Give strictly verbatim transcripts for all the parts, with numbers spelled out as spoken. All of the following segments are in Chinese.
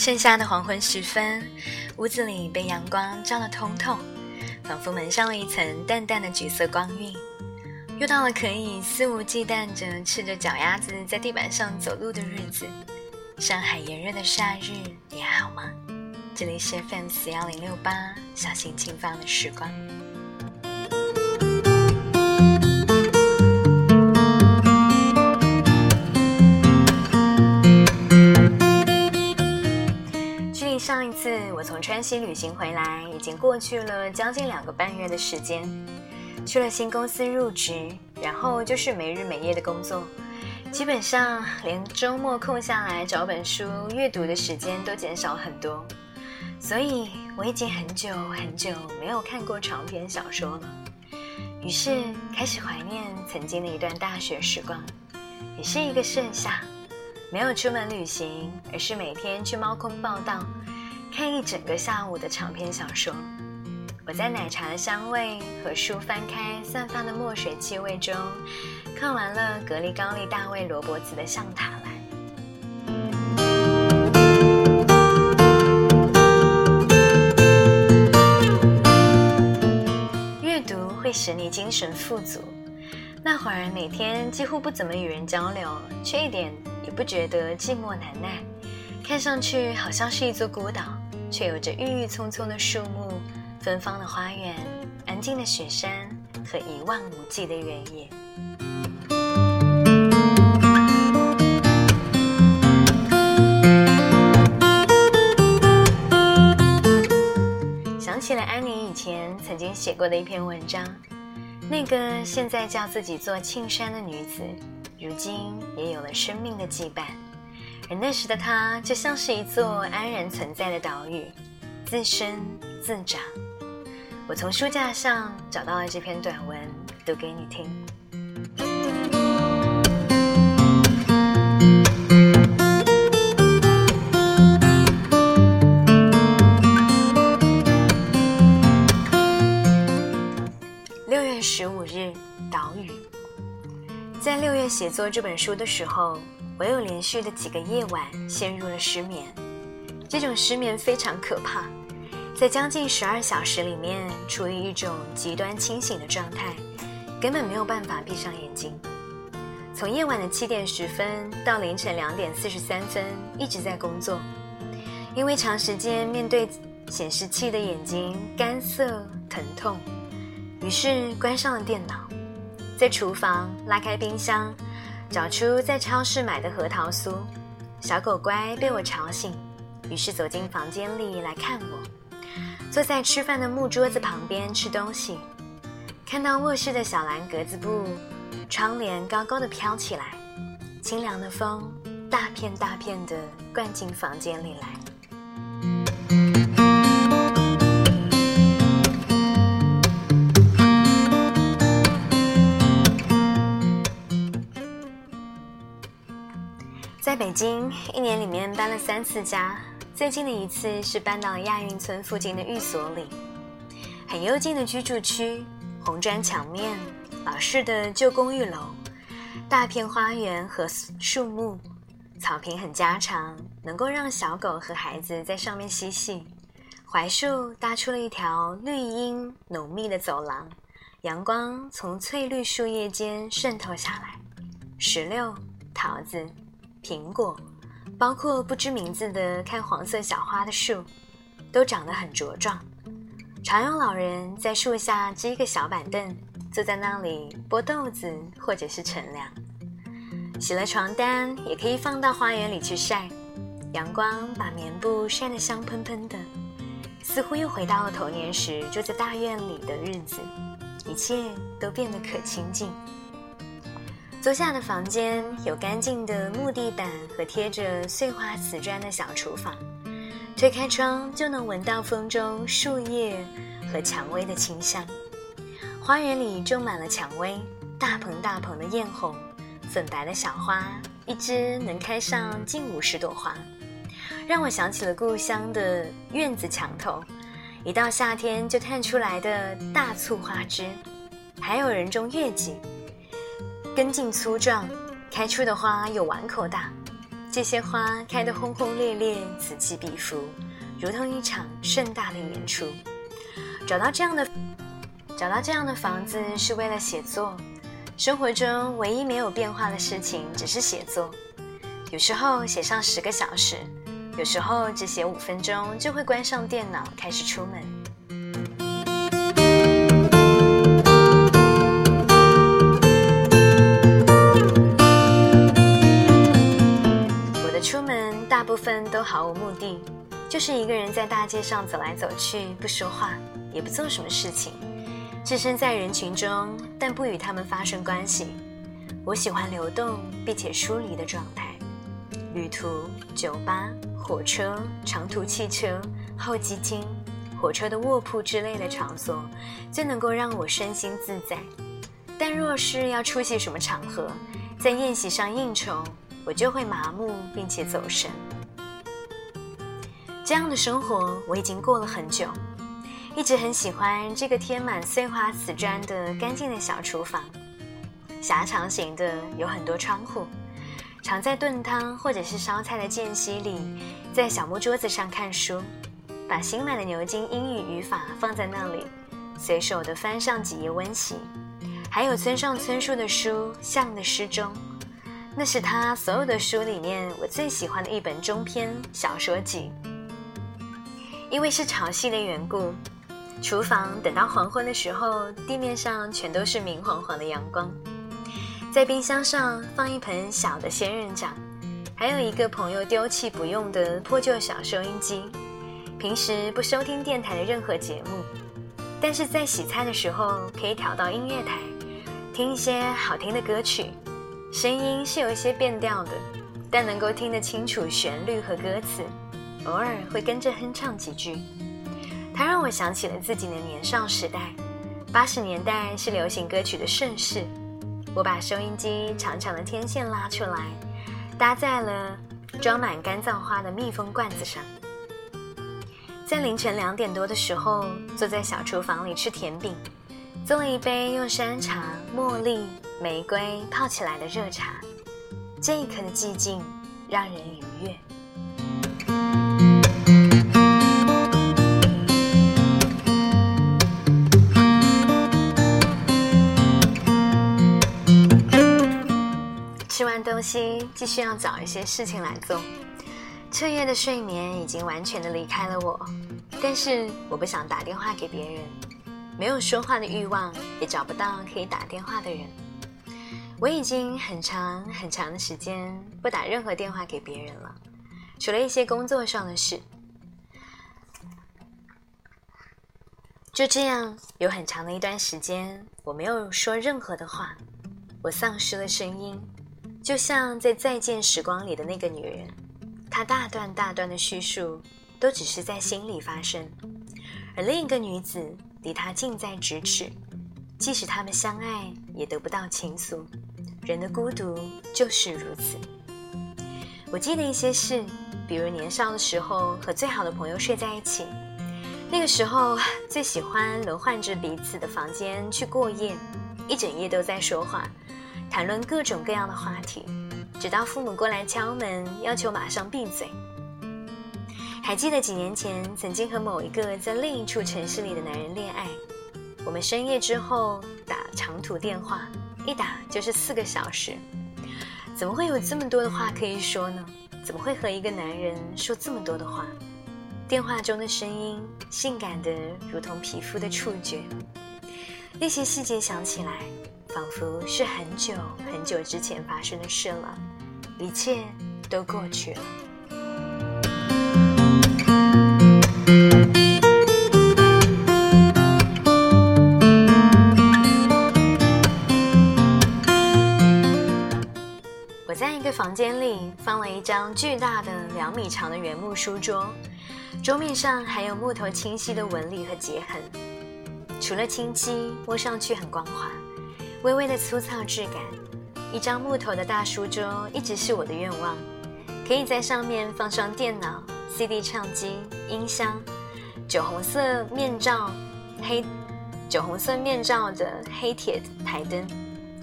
盛夏的黄昏时分，屋子里被阳光照得通透，仿佛蒙上了一层淡淡的橘色光晕。又到了可以肆无忌惮着赤着脚丫子在地板上走路的日子。上海炎热的夏日，你还好吗？这里是 F M 四一零六八，小心轻放的时光。距离上一次我从川西旅行回来，已经过去了将近两个半月的时间。去了新公司入职，然后就是没日没夜的工作，基本上连周末空下来找本书阅读的时间都减少很多。所以我已经很久很久没有看过长篇小说了，于是开始怀念曾经的一段大学时光。也是一个盛夏，没有出门旅行，而是每天去猫空报道，看一整个下午的长篇小说。我在奶茶的香味和书翻开散发的墨水气味中，看完了格里高利大卫罗伯茨的象塔兰。阅读会使你精神富足，那会儿每天几乎不怎么与人交流，却一点也不觉得寂寞难耐，看上去好像是一座孤岛，却有着郁郁葱葱的树木，芬芳的花园，安静的雪山和一望无际的原野。想起了安妮以前曾经写过的一篇文章，那个现在叫自己做庆山的女子，如今也有了生命的羁绊，而那时的她就像是一座安然存在的岛屿，自生自长。我从书架上找到了这篇短文，读给你听。六月十五日，岛屿。在六月写作这本书的时候，我有连续的几个夜晚陷入了失眠。这种失眠非常可怕，在将近十二小时里面处于一种极端清醒的状态，根本没有办法闭上眼睛。从夜晚的七点十分到凌晨两点四十三分一直在工作，因为长时间面对显示器的眼睛干涩疼痛，于是关上了电脑，在厨房拉开冰箱，找出在超市买的核桃酥。小狗乖被我吵醒，于是走进房间里来看我。坐在吃饭的木桌子旁边吃东西，看到卧室的小蓝格子布，窗帘高高的飘起来，清凉的风大片大片的灌进房间里来。在北京一年里面搬了三次家，最近的一次是搬到了亚运村附近的寓所里，很幽静的居住区，红砖墙面，老式的旧公寓楼，大片花园和树木，草坪很家常，能够让小狗和孩子在上面嬉戏。槐树搭出了一条绿荫浓密的走廊，阳光从翠绿树叶间渗透下来，石榴、桃子、苹果，包括不知名字的看黄色小花的树，都长得很茁壮。常有老人在树下支一个小板凳，坐在那里剥豆子或者是乘凉。洗了床单也可以放到花园里去晒，阳光把棉布晒得香喷喷的，似乎又回到了童年时住在大院里的日子，一切都变得可亲近。坐下的房间有干净的木地板和贴着碎花瓷砖的小厨房，推开窗就能闻到风中树叶和蔷薇的清香。花园里种满了蔷薇，大棚大棚的艳红，粉白的小花，一枝能开上近五十朵花，让我想起了故乡的院子墙头，一到夏天就探出来的大簇花枝。还有人种月季，根茎粗壮，开出的花有碗口大， 这些花开得轰轰烈烈，此起彼伏，如同一场盛大的演出。找到这样的找到这样的房子是为了写作，生活中唯一没有变化的事情只是写作。有时候写上十个小时，有时候只写五分钟就会关上电脑开始出门。我的出门大部分都毫无目的，就是一个人在大街上走来走去，不说话，也不做什么事情，置身在人群中，但不与他们发生关系。我喜欢流动并且疏离的状态。旅途、酒吧、火车、长途汽车、候机厅、火车的卧铺之类的场所，最能够让我身心自在。但若是要出席什么场合，在宴席上应酬，我就会麻木并且走神。这样的生活我已经过了很久，一直很喜欢这个贴满碎花瓷砖的干净的小厨房，狭长型的，有很多窗户。常在炖汤或者是烧菜的间隙里，在小木桌子上看书，把新买的牛津英语语法放在那里，随手的翻上几页温习。还有村上春树的书《象的失踪》，那是他所有的书里面我最喜欢的一本中篇小说集。因为是潮汐的缘故，厨房等到黄昏的时候，地面上全都是明晃晃的阳光。在冰箱上放一盆小的仙人掌，还有一个朋友丢弃不用的破旧小收音机。平时不收听电台的任何节目，但是在洗菜的时候可以调到音乐台，听一些好听的歌曲，声音是有一些变调的，但能够听得清楚旋律和歌词，偶尔会跟着哼唱几句。它让我想起了自己的年少时代，八十年代是流行歌曲的盛世。我把收音机长长的天线拉出来，搭在了装满干燥花的密封罐子上。在凌晨两点多的时候，坐在小厨房里吃甜饼，做了一杯用山茶、茉莉、玫瑰泡起来的热茶。这一刻的寂静让人愉悦。吃完东西，继续要找一些事情来做。彻夜的睡眠已经完全的离开了我，但是我不想打电话给别人，没有说话的欲望，也找不到可以打电话的人。我已经很长很长的时间不打任何电话给别人了，除了一些工作上的事。就这样，有很长的一段时间，我没有说任何的话，我丧失了声音。就像在再见时光里的那个女人，她大段大段的叙述都只是在心里发生，而另一个女子离她近在咫尺，即使他们相爱也得不到倾诉。人的孤独就是如此。我记得一些事，比如年少的时候和最好的朋友睡在一起，那个时候最喜欢轮换着彼此的房间去过夜，一整夜都在说话，谈论各种各样的话题，直到父母过来敲门，要求马上闭嘴。还记得几年前曾经和某一个在另一处城市里的男人恋爱，我们深夜之后打长途电话，一打就是四个小时。怎么会有这么多的话可以说呢？怎么会和一个男人说这么多的话？电话中的声音性感得如同皮肤的触觉，那些细节想起来仿佛是很久很久之前发生的事了，一切都过去了。我在一个房间里放了一张巨大的两米长的原木书桌，桌面上还有木头清晰的纹理和结痕，除了清晰，摸上去很光滑，微微的粗糙质感。一张木头的大书桌一直是我的愿望，可以在上面放上电脑、C D 唱机、音箱，酒红色面罩黑酒红色面罩的黑铁台灯，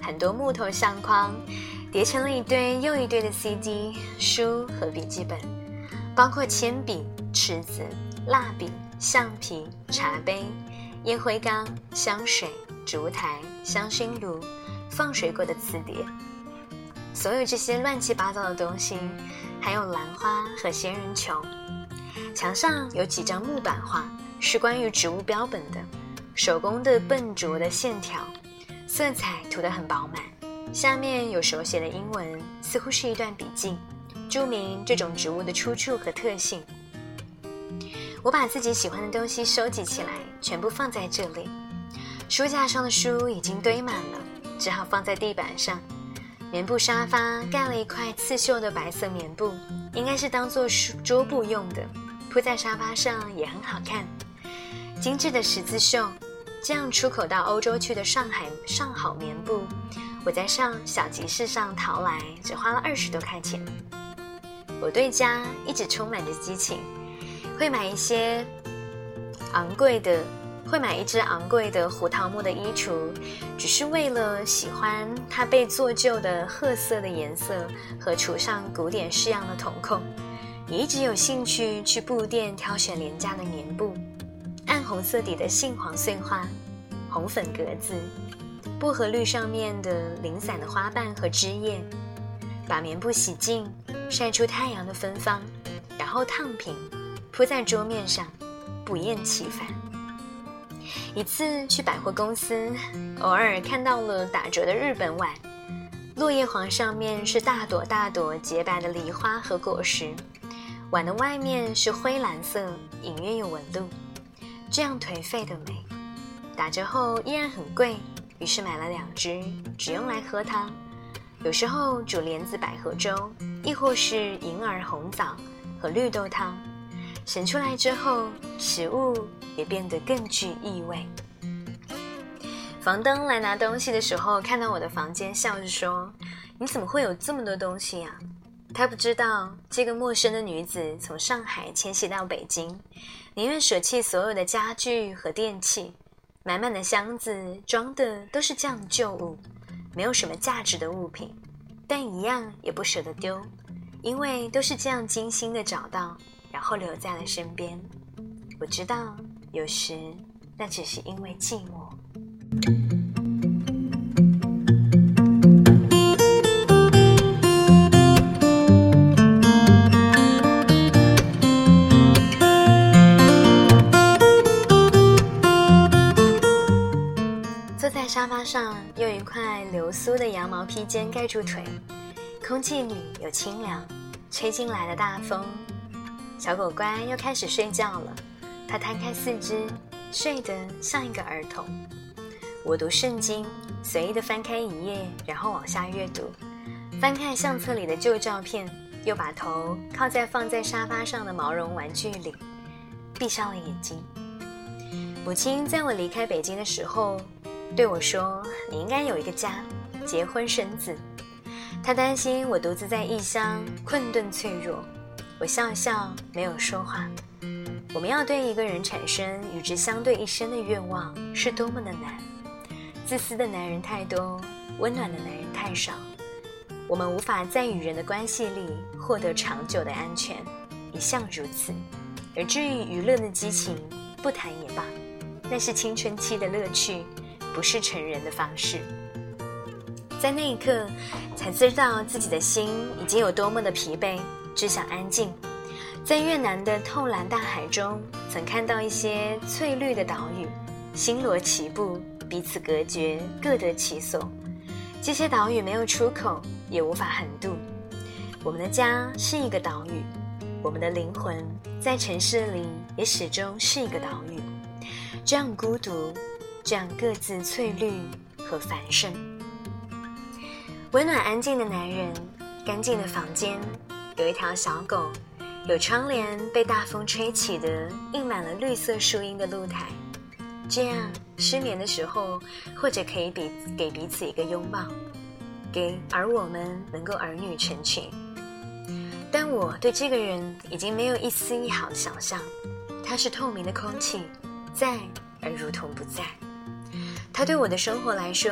很多木头相框，叠成了一堆又一堆的 C D、书和笔记本，包括铅笔、尺子、蜡笔、橡皮、茶杯、烟灰缸、香水、烛台、香薰炉、放水果的磁碟。所有这些乱七八糟的东西，还有兰花和仙人球。墙上有几张木板画，是关于植物标本的，手工的笨拙的线条，色彩涂得很饱满。下面有手写的英文，似乎是一段笔记，注明这种植物的出处和特性。我把自己喜欢的东西收集起来，全部放在这里。书架上的书已经堆满了，只好放在地板上。棉布沙发盖了一块刺绣的白色棉布，应该是当做桌布用的，铺在沙发上也很好看。精致的十字绣，这样出口到欧洲去的上海上好棉布，我在上小集市上淘来，只花了二十多块钱。我对家一直充满着激情，会买一些昂贵的会买一只昂贵的胡桃木的衣橱，只是为了喜欢它被做旧的褐色的颜色和橱上古典式样的瞳孔。也一直有兴趣去布店挑选廉价的棉布，暗红色底的杏黄碎花，红粉格子，薄荷绿上面的零散的花瓣和枝叶，把棉布洗净，晒出太阳的芬芳，然后烫平，铺在桌面上，不厌其烦。一次去百货公司，偶尔看到了打折的日本碗，落叶黄上面是大朵大朵洁白的梨花和果实，碗的外面是灰蓝色，隐约有纹路，这样颓废的美。打折后依然很贵，于是买了两只，只用来喝汤，有时候煮莲子百合粥，亦或是银耳红枣和绿豆汤。省出来之后，食物也变得更具意味。房东来拿东西的时候，看到我的房间，笑着说：“你怎么会有这么多东西啊？”他不知道，这个陌生的女子从上海迁徙到北京，宁愿舍弃所有的家具和电器，满满的箱子装的都是这样的旧物，没有什么价值的物品，但一样也不舍得丢，因为都是这样精心的找到，然后留在了身边。我知道，有时那只是因为寂寞。坐在沙发上，用一块流苏的羊毛披肩盖住腿，空气里有清凉，吹进来的大风。小狗乖又开始睡觉了，它摊开四肢，睡得像一个儿童。我读圣经，随意地翻开一页，然后往下阅读，翻看相册里的旧照片，又把头靠在放在沙发上的毛绒玩具里，闭上了眼睛。母亲在我离开北京的时候对我说：“你应该有一个家，结婚生子。”她担心我独自在异乡，困顿脆弱。我笑一笑，没有说话。我们要对一个人产生与之相对一生的愿望，是多么的难。自私的男人太多，温暖的男人太少，我们无法在与人的关系里获得长久的安全，一向如此。而至于娱乐的激情，不谈也罢，那是青春期的乐趣，不是成人的方式。在那一刻，才知道自己的心已经有多么的疲惫，只想安静。在越南的透蓝大海中，曾看到一些翠绿的岛屿，星罗棋布，彼此隔绝，各得其所。这些岛屿没有出口，也无法横渡。我们的家是一个岛屿，我们的灵魂在城市里也始终是一个岛屿，这样孤独，这样各自翠绿和繁盛。温暖安静的男人，干净的房间，有一条小狗，有窗帘被大风吹起的印满了绿色树荫的露台，这样失眠的时候，或者可以比给彼此一个拥抱，给而我们能够儿女成群。但我对这个人已经没有一丝一毫的想象，他是透明的空气，在而如同不在。他对我的生活来说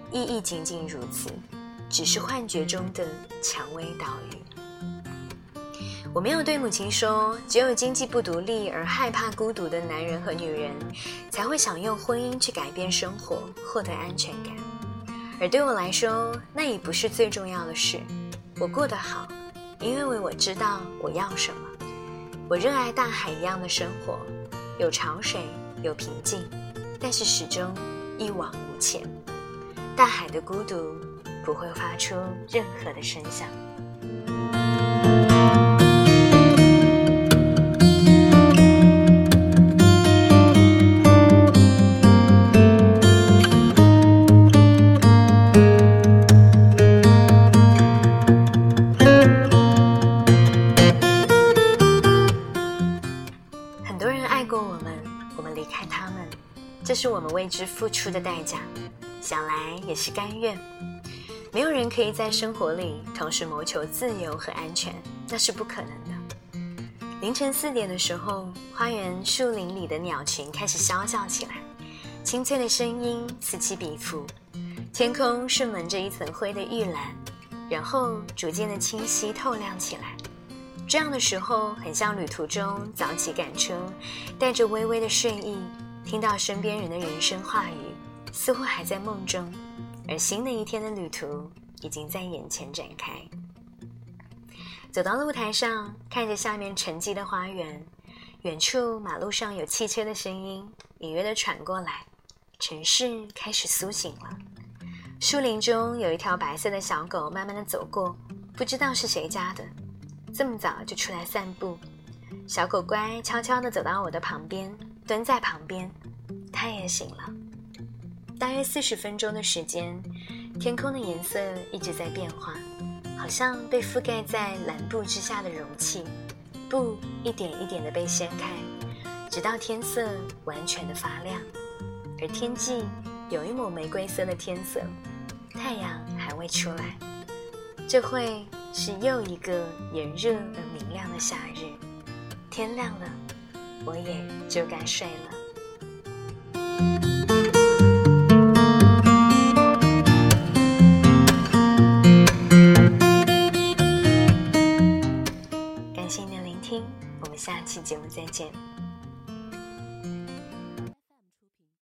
亦亦仅仅如此，只是幻觉中的蔷薇岛屿。我没有对母亲说，只有经济不独立而害怕孤独的男人和女人，才会想用婚姻去改变生活，获得安全感。而对我来说，那已不是最重要的事。我过得好，因为我知道我要什么。我热爱大海一样的生活，有潮水，有平静，但是始终一往无前。大海的孤独不会发出任何的声响。很多人爱过我们，我们离开他们，这是我们为之付出的代价，想来也是甘愿。没有人可以在生活里同时谋求自由和安全，那是不可能的。凌晨四点的时候，花园树林里的鸟群开始啸叫起来，清脆的声音此起彼伏，天空是蒙着一层灰的玉蓝，然后逐渐的清晰透亮起来。这样的时候，很像旅途中早起赶车，带着微微的睡意，听到身边人的人生话语，似乎还在梦中，而新的一天的旅途已经在眼前展开。走到露台上，看着下面沉寂的花园，远处马路上有汽车的声音隐约地传过来，城市开始苏醒了。树林中有一条白色的小狗慢慢地走过，不知道是谁家的，这么早就出来散步。小狗乖悄悄地走到我的旁边，蹲在旁边，它也醒了。大约四十分钟的时间，天空的颜色一直在变化，好像被覆盖在蓝布之下的容器，布一点一点地被掀开，直到天色完全的发亮。而天际有一抹玫瑰色的天色，太阳还未出来。这会是又一个炎热而明亮的夏日，天亮了，我也就该睡了。